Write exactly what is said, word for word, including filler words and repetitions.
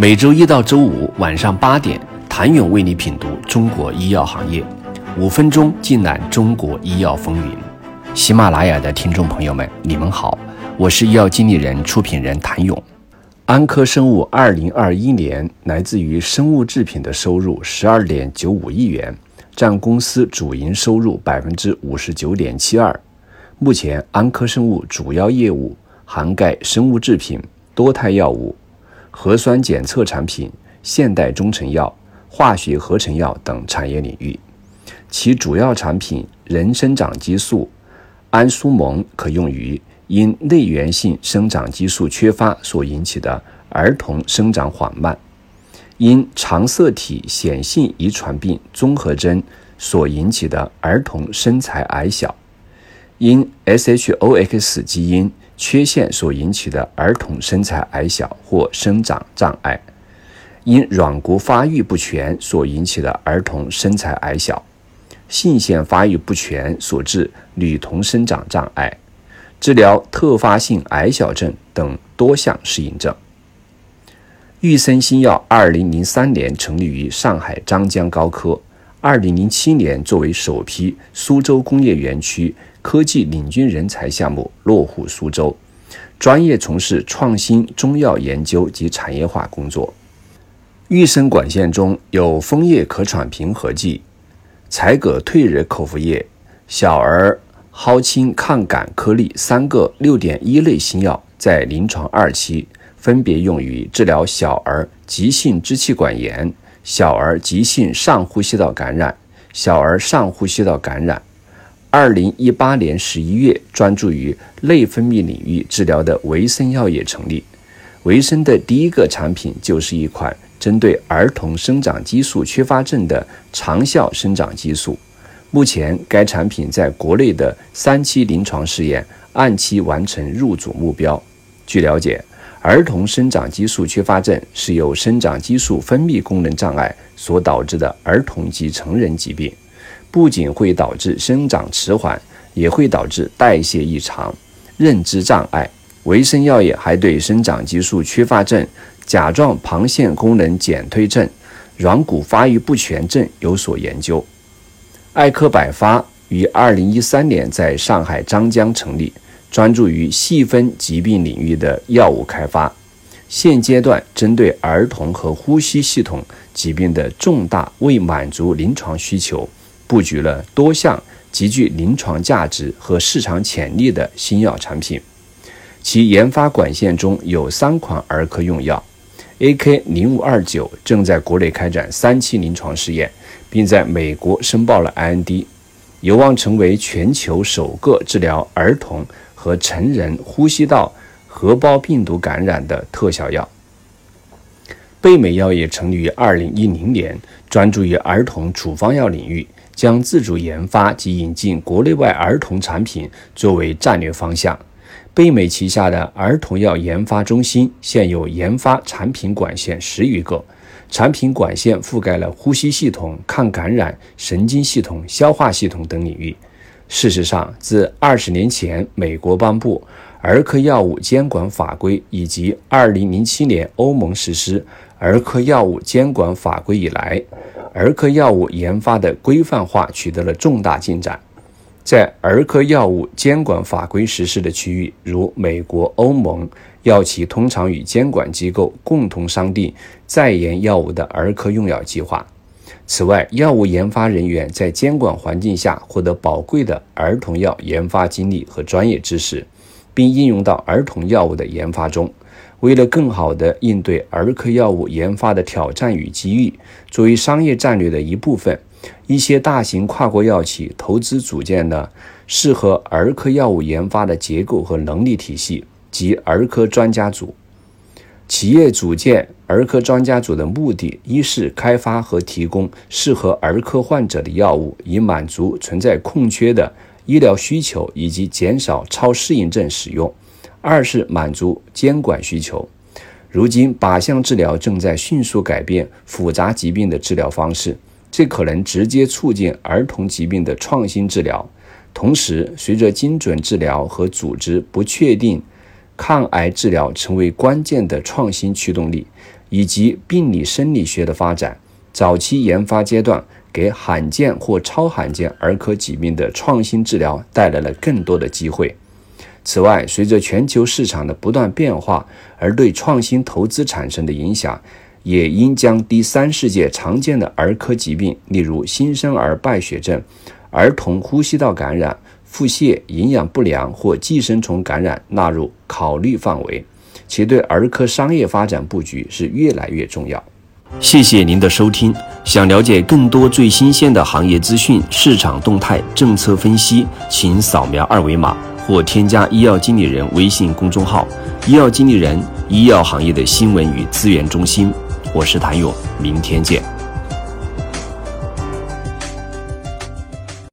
每周一到周五晚上八点，谭勇为你品读中国医药行业，五分钟尽览中国医药风云。喜马拉雅的听众朋友们，你们好，我是医药经理人、出品人谭勇。安科生物二零二一年来自于生物制品的收入 十二点九五亿元，占公司主营收入 百分之五十九点七二。目前安科生物主要业务涵盖生物制品、多肽药物、核酸检测产品、现代中成药、化学合成药等产业领域。其主要产品人生长激素安舒蒙可用于因内源性生长激素缺乏所引起的儿童生长缓慢，因常色体显性遗传病综合征所引起的儿童身材矮小，因 S H O X 基因缺陷所引起的儿童身材矮小或生长障碍，因软骨发育不全所引起的儿童身材矮小，性腺发育不全所致女童生长障碍，治疗特发性矮小症等多项适应症。玉森新药二零零三年成立于上海张江高科，二零零七年作为首批苏州工业园区科技领军人才项目落户苏州，专业从事创新中药研究及产业化工作。玉森管线中有枫叶可喘平和剂、采葛退热口服液、小儿蒿腈抗感颗粒三个 六点一 类新药在临床二期，分别用于治疗小儿急性支气管炎、小儿急性上呼吸道感染、小儿上呼吸道感染。二零一八年十一月，专注于内分泌领域治疗的维生药业成立。维生的第一个产品就是一款针对儿童生长激素缺乏症的长效生长激素。目前该产品在国内的三期临床试验按期完成入组目标。据了解，儿童生长激素缺乏症是由生长激素分泌功能障碍所导致的儿童及成人疾病，不仅会导致生长迟缓，也会导致代谢异常、认知障碍。维生药业还对生长激素缺乏症、甲状旁腺功能减退症、软骨发育不全症有所研究。艾科百发于二零一三年在上海张江成立，专注于细分疾病领域的药物开发。现阶段针对儿童和呼吸系统疾病的重大未满足临床需求，布局了多项极具临床价值和市场潜力的新药产品。其研发管线中有三款儿科用药 A K 零五二九 正在国内开展三期临床试验，并在美国申报了 I N D， 有望成为全球首个治疗儿童和成人呼吸道合胞病毒感染的特效药。贝美药业成立于二零一零年，专注于儿童处方药领域，将自主研发及引进国内外儿童产品作为战略方向。贝美旗下的儿童药研发中心现有研发产品管线十余个，产品管线覆盖了呼吸系统、抗感染、神经系统、消化系统等领域。事实上，自二十年前美国颁布儿科药物监管法规以及二零零七年欧盟实施儿科药物监管法规以来，儿科药物研发的规范化取得了重大进展。在儿科药物监管法规实施的区域，如美国、欧盟，药企通常与监管机构共同商定在研药物的儿科用药计划。此外，药物研发人员在监管环境下获得宝贵的儿童药研发经历和专业知识，并应用到儿童药物的研发中。为了更好地应对儿科药物研发的挑战与机遇，作为商业战略的一部分，一些大型跨国药企投资组建了适合儿科药物研发的结构和能力体系及儿科专家组。企业组建儿科专家组的目的，一是开发和提供适合儿科患者的药物，以满足存在空缺的医疗需求以及减少超适应症使用；二是满足监管需求。如今靶向治疗正在迅速改变复杂疾病的治疗方式，这可能直接促进儿童疾病的创新治疗。同时，随着精准治疗和组织不确定抗癌治疗成为关键的创新驱动力， 以及病理生理学的发展，早期研发阶段给罕见或超罕见儿科疾病的创新治疗带来了更多的机会。此外，随着全球市场的不断变化，而对创新投资产生的影响，也应将第三世界常见的儿科疾病，例如新生儿败血症、儿童呼吸道感染、腹泻、营养不良或寄生虫感染纳入考虑范围，其对儿科商业发展布局是越来越重要。谢谢您的收听。想了解更多最新鲜的行业资讯、市场动态、政策分析，请扫描二维码或添加医药经理人微信公众号“医药经理人”，医药行业的新闻与资源中心。我是谭勇，明天见。